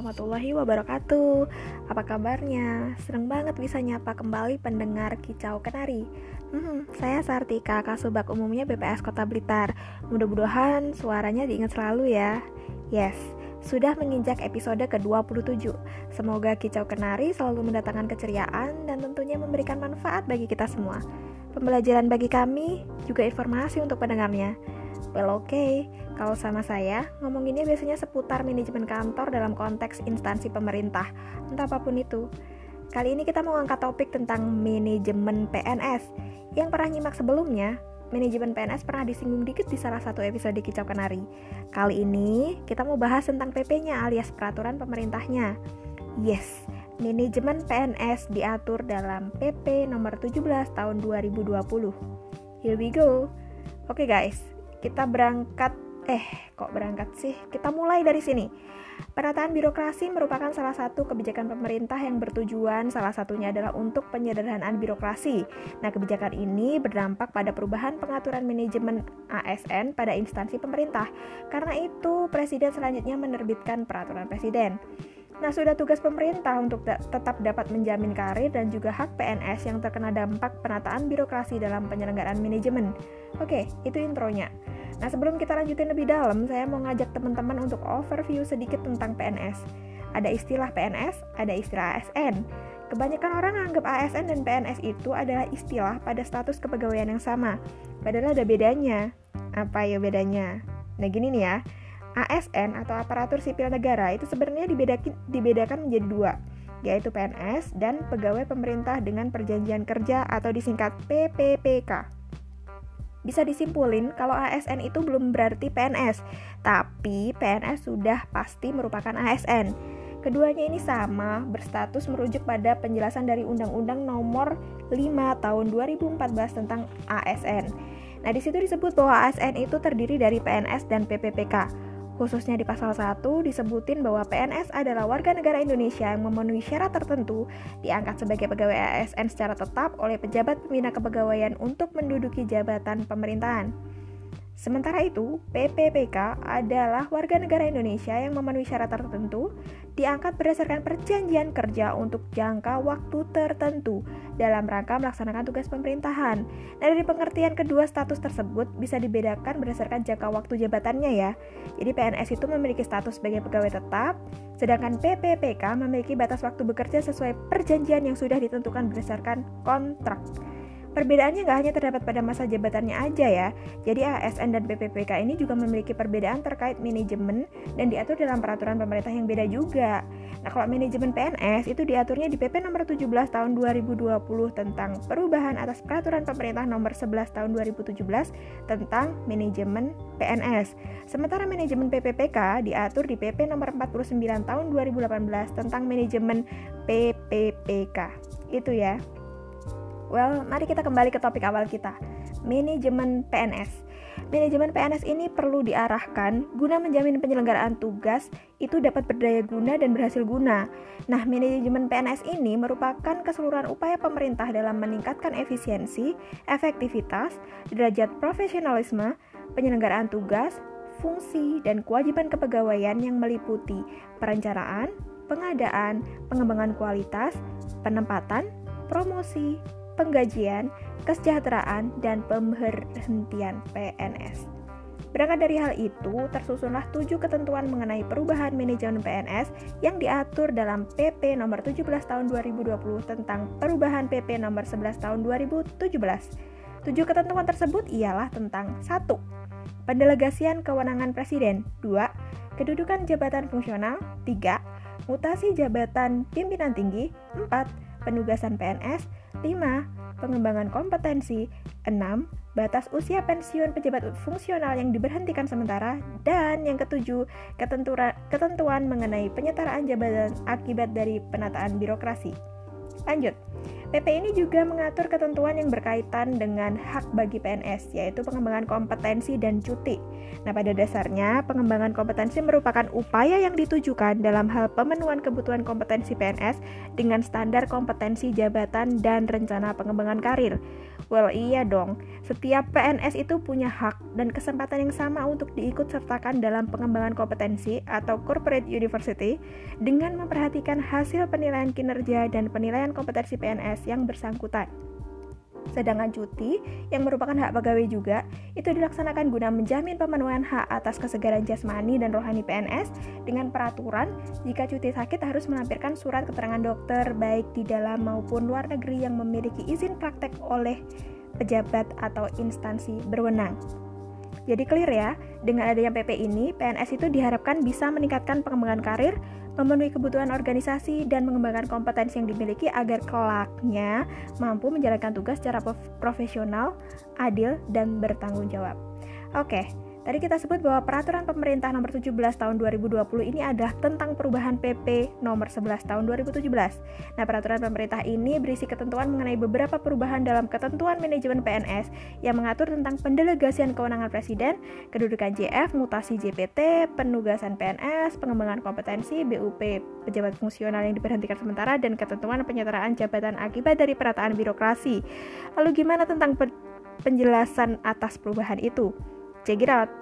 warahmatullahi wabarakatuh. Apa kabarnya? Seneng banget bisa nyapa kembali pendengar Kicau Kenari. Saya Sartika, Kasubag Umumnya BPS Kota Blitar. Mudah-mudahan suaranya diingat selalu ya. Yes, sudah menginjak episode ke-27. Semoga Kicau Kenari selalu mendatangkan keceriaan dan tentunya memberikan manfaat bagi kita semua. Pembelajaran bagi kami, juga informasi untuk pendengarnya. Well, oke. Kalau sama saya, ngomonginnya biasanya seputar manajemen kantor dalam konteks instansi pemerintah, entah apapun itu. Kali ini kita mau angkat topik tentang manajemen PNS. Yang pernah nyimak sebelumnya, manajemen PNS pernah disinggung dikit di salah satu episode Kicau Kenari. Kali ini, kita mau bahas tentang PP-nya alias peraturan pemerintahnya. Yes, manajemen PNS diatur dalam PP nomor 17 tahun 2020. Here we go. Oke guys, kita Kita mulai dari sini. Penataan birokrasi merupakan salah satu kebijakan pemerintah yang bertujuan salah satunya adalah untuk penyederhanaan birokrasi. Nah, kebijakan ini berdampak pada perubahan pengaturan manajemen ASN pada instansi pemerintah. Karena itu, Presiden selanjutnya menerbitkan peraturan Presiden. Nah, sudah tugas pemerintah untuk tetap dapat menjamin karir dan juga hak PNS yang terkena dampak penataan birokrasi dalam penyelenggaraan manajemen. Oke, itu intronya. Nah, sebelum kita lanjutin lebih dalam, saya mau ngajak teman-teman untuk overview sedikit tentang PNS. Ada istilah PNS, ada istilah ASN. Kebanyakan orang anggap ASN dan PNS itu adalah istilah pada status kepegawaian yang sama. Padahal ada bedanya. Apa ya bedanya? Nah, gini nih ya. ASN atau aparatur sipil negara itu sebenarnya dibedakan menjadi dua, yaitu PNS dan pegawai pemerintah dengan perjanjian kerja atau disingkat PPPK. Bisa disimpulin kalau ASN itu belum berarti PNS, tapi PNS sudah pasti merupakan ASN. Keduanya ini sama, berstatus merujuk pada penjelasan dari Undang-Undang Nomor 5 Tahun 2014 tentang ASN. Nah, di situ disebut bahwa ASN itu terdiri dari PNS dan PPPK. Khususnya di pasal 1 disebutin bahwa PNS adalah warga negara Indonesia yang memenuhi syarat tertentu diangkat sebagai pegawai ASN secara tetap oleh pejabat pembina kepegawaian untuk menduduki jabatan pemerintahan. Sementara itu, PPPK adalah warga negara Indonesia yang memenuhi syarat tertentu diangkat berdasarkan perjanjian kerja untuk jangka waktu tertentu dalam rangka melaksanakan tugas pemerintahan. Nah, dari pengertian kedua status tersebut bisa dibedakan berdasarkan jangka waktu jabatannya ya. Jadi PNS itu memiliki status sebagai pegawai tetap, sedangkan PPPK memiliki batas waktu bekerja sesuai perjanjian yang sudah ditentukan berdasarkan kontrak. Perbedaannya nggak hanya terdapat pada masa jabatannya aja ya. Jadi ASN dan PPPK ini juga memiliki perbedaan terkait manajemen dan diatur dalam peraturan pemerintah yang beda juga. Nah, kalau manajemen PNS itu diaturnya di PP nomor 17 tahun 2020 tentang perubahan atas peraturan pemerintah nomor 11 tahun 2017 tentang manajemen PNS. Sementara manajemen PPPK diatur di PP nomor 49 tahun 2018 tentang manajemen PPPK. Itu ya. Well, mari kita kembali ke topik awal kita, manajemen PNS. Manajemen PNS ini perlu diarahkan guna menjamin penyelenggaraan tugas itu dapat berdaya guna dan berhasil guna. Nah, manajemen PNS ini merupakan keseluruhan upaya pemerintah dalam meningkatkan efisiensi, efektivitas, derajat profesionalisme, penyelenggaraan tugas, fungsi, dan kewajiban kepegawaian yang meliputi perencanaan, pengadaan, pengembangan kualitas, penempatan, promosi, penggajian, kesejahteraan, dan pemberhentian PNS. Berangkat dari hal itu, tersusunlah 7 ketentuan mengenai perubahan manajemen PNS yang diatur dalam PP nomor 17 tahun 2020 tentang perubahan PP nomor 11 tahun 2017. 7 ketentuan tersebut ialah tentang 1. Pendelegasian kewenangan Presiden. 2. Kedudukan jabatan fungsional. 3. Mutasi jabatan pimpinan tinggi. 4. Penugasan PNS. 5. Pengembangan kompetensi. 6. Batas usia pensiun pejabat fungsional yang diberhentikan sementara. Dan yang ketujuh, ketentuan mengenai penyetaraan jabatan akibat dari penataan birokrasi. Lanjut. PP ini juga mengatur ketentuan yang berkaitan dengan hak bagi PNS, yaitu pengembangan kompetensi dan cuti. Nah, pada dasarnya, pengembangan kompetensi merupakan upaya yang ditujukan dalam hal pemenuhan kebutuhan kompetensi PNS dengan standar kompetensi jabatan dan rencana pengembangan karir. Well, iya dong. Setiap PNS itu punya hak dan kesempatan yang sama untuk diikut sertakan dalam pengembangan kompetensi atau corporate university dengan memperhatikan hasil penilaian kinerja dan penilaian kompetensi PNS yang bersangkutan. Sedangkan cuti, yang merupakan hak pegawai juga, itu dilaksanakan guna menjamin pemenuhan hak atas kesegaran jasmani dan rohani PNS dengan peraturan jika cuti sakit harus melampirkan surat keterangan dokter baik di dalam maupun luar negeri yang memiliki izin praktek oleh pejabat atau instansi berwenang. Jadi clear ya, dengan adanya PP ini, PNS itu diharapkan bisa meningkatkan pengembangan karir, memenuhi kebutuhan organisasi, dan mengembangkan kompetensi yang dimiliki agar kelaknya mampu menjalankan tugas secara profesional, adil, dan bertanggung jawab. Oke, tadi kita sebut bahwa peraturan pemerintah nomor 17 tahun 2020 ini adalah tentang perubahan PP nomor 11 tahun 2017. Nah, peraturan pemerintah ini berisi ketentuan mengenai beberapa perubahan dalam ketentuan manajemen PNS yang mengatur tentang pendelegasian kewenangan presiden, kedudukan JF, mutasi JPT, penugasan PNS, pengembangan kompetensi, BUP, pejabat fungsional yang diberhentikan sementara, dan ketentuan penyetaraan jabatan akibat dari perataan birokrasi. Lalu gimana tentang penjelasan atas perubahan itu? Check it out.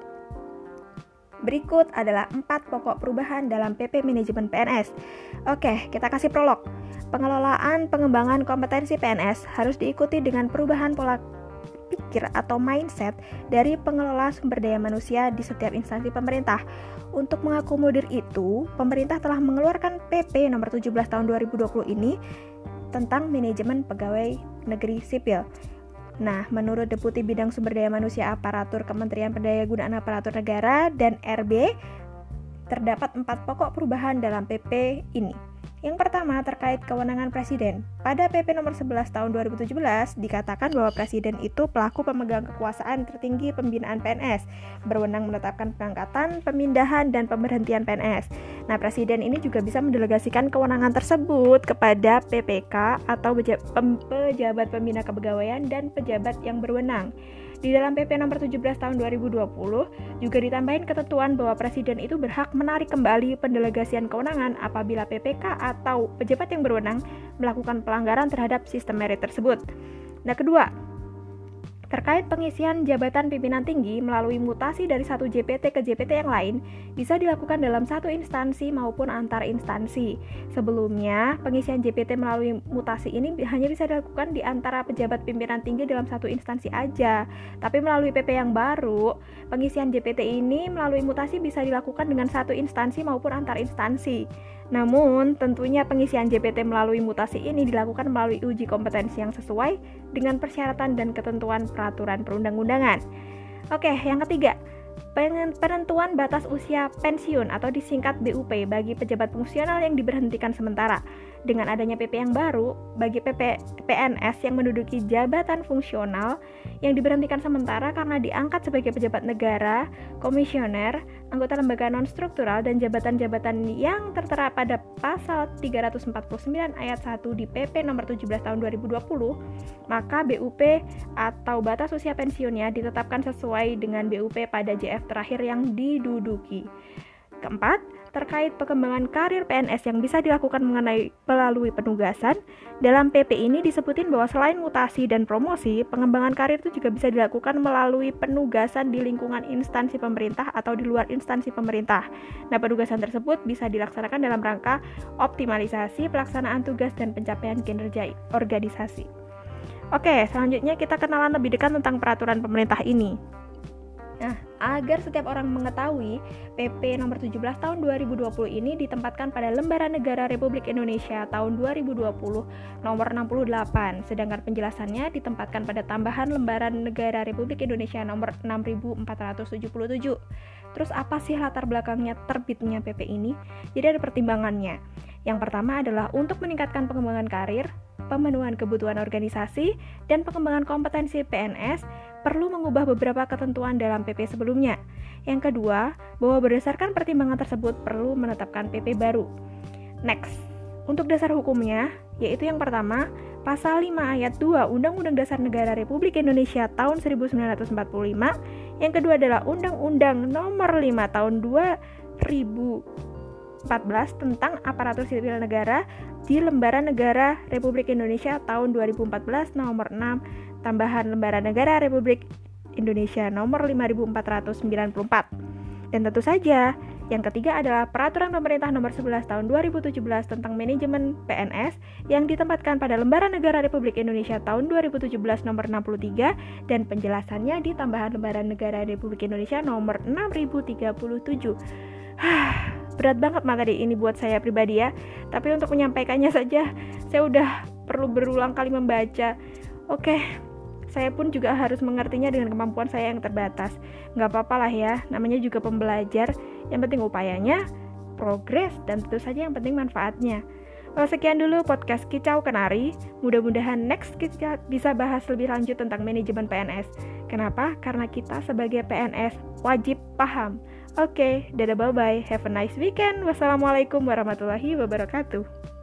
Berikut adalah 4 pokok perubahan dalam PP Manajemen PNS. Oke, kita kasih prolog. Pengelolaan pengembangan kompetensi PNS harus diikuti dengan perubahan pola pikir atau mindset dari pengelola sumber daya manusia di setiap instansi pemerintah. Untuk mengakomodir itu, pemerintah telah mengeluarkan PP nomor 17 tahun 2020 ini tentang manajemen pegawai negeri sipil. Nah, menurut Deputi Bidang Sumber Daya Manusia Aparatur Kementerian Pendayagunaan Aparatur Negara dan RB, terdapat 4 pokok perubahan dalam PP ini. Yang pertama terkait kewenangan Presiden. Pada PP nomor 11 tahun 2017 dikatakan bahwa Presiden itu pelaku pemegang kekuasaan tertinggi pembinaan PNS, berwenang menetapkan pengangkatan, pemindahan, dan pemberhentian PNS. Nah, Presiden ini juga bisa mendelegasikan kewenangan tersebut kepada PPK atau pejabat pembina kepegawaian dan pejabat yang berwenang. Di dalam PP nomor 17 tahun 2020 juga ditambahin ketentuan bahwa Presiden itu berhak menarik kembali pendelegasian kewenangan apabila PPK atau pejabat yang berwenang melakukan pelanggaran terhadap sistem merit tersebut. Nah, kedua, terkait pengisian jabatan pimpinan tinggi melalui mutasi dari satu JPT ke JPT yang lain bisa dilakukan dalam satu instansi maupun antar instansi. Sebelumnya, pengisian JPT melalui mutasi ini hanya bisa dilakukan di antara pejabat pimpinan tinggi dalam satu instansi aja. Tapi melalui PP yang baru, pengisian JPT ini melalui mutasi bisa dilakukan dengan satu instansi maupun antar instansi. Namun, tentunya pengisian JPT melalui mutasi ini dilakukan melalui uji kompetensi yang sesuai dengan persyaratan dan ketentuan peraturan perundang-undangan. Oke, yang ketiga, penentuan batas usia pensiun atau disingkat BUP bagi pejabat fungsional yang diberhentikan sementara. Dengan adanya PP yang baru, bagi PNS yang menduduki jabatan fungsional yang diberhentikan sementara karena diangkat sebagai pejabat negara, komisioner, anggota lembaga non-struktural, dan jabatan-jabatan yang tertera pada pasal 349 ayat 1 di PP nomor 17 tahun 2020, maka BUP atau batas usia pensiunnya ditetapkan sesuai dengan BUP pada JF terakhir yang diduduki. Keempat, terkait pengembangan karir PNS yang bisa dilakukan melalui penugasan, dalam PP ini disebutin bahwa selain mutasi dan promosi, pengembangan karir itu juga bisa dilakukan melalui penugasan di lingkungan instansi pemerintah atau di luar instansi pemerintah. Nah, penugasan tersebut bisa dilaksanakan dalam rangka optimalisasi pelaksanaan tugas dan pencapaian kinerja organisasi. Oke, selanjutnya kita kenalan lebih dekat tentang peraturan pemerintah ini. Nah, agar setiap orang mengetahui, PP nomor 17 tahun 2020 ini ditempatkan pada Lembaran Negara Republik Indonesia tahun 2020 nomor 68, sedangkan penjelasannya ditempatkan pada tambahan Lembaran Negara Republik Indonesia nomor 6477. Terus apa sih latar belakangnya terbitnya PP ini? Jadi ada pertimbangannya. Yang pertama adalah untuk meningkatkan pengembangan karir, pemenuhan kebutuhan organisasi, dan pengembangan kompetensi PNS perlu mengubah beberapa ketentuan dalam PP sebelumnya. Yang kedua, bahwa berdasarkan pertimbangan tersebut perlu menetapkan PP baru. Next, untuk dasar hukumnya, yaitu yang pertama, Pasal 5 Ayat 2 Undang-Undang Dasar Negara Republik Indonesia tahun 1945. Yang kedua adalah Undang-Undang Nomor 5 Tahun 2014 tentang Aparatur Sipil Negara di Lembaran Negara Republik Indonesia tahun 2014 Nomor 6 tambahan Lembaran Negara Republik Indonesia nomor 5494. Dan tentu saja, yang ketiga adalah Peraturan Pemerintah nomor 11 tahun 2017 tentang manajemen PNS yang ditempatkan pada Lembaran Negara Republik Indonesia tahun 2017 nomor 63 dan penjelasannya di tambahan Lembaran Negara Republik Indonesia nomor 6037. Berat banget materi ini buat saya pribadi ya, tapi untuk menyampaikannya saja saya udah perlu berulang kali membaca. Oke, saya pun juga harus mengertinya dengan kemampuan saya yang terbatas. Nggak apa-apa lah ya, namanya juga pembelajar. Yang penting upayanya, progres, dan tentu saja yang penting manfaatnya. Well, sekian dulu podcast Kicau Kenari. Mudah-mudahan next kita bisa bahas lebih lanjut tentang manajemen PNS. Kenapa? Karena kita sebagai PNS wajib paham. Oke, dadah bye-bye. Have a nice weekend. Wassalamualaikum warahmatullahi wabarakatuh.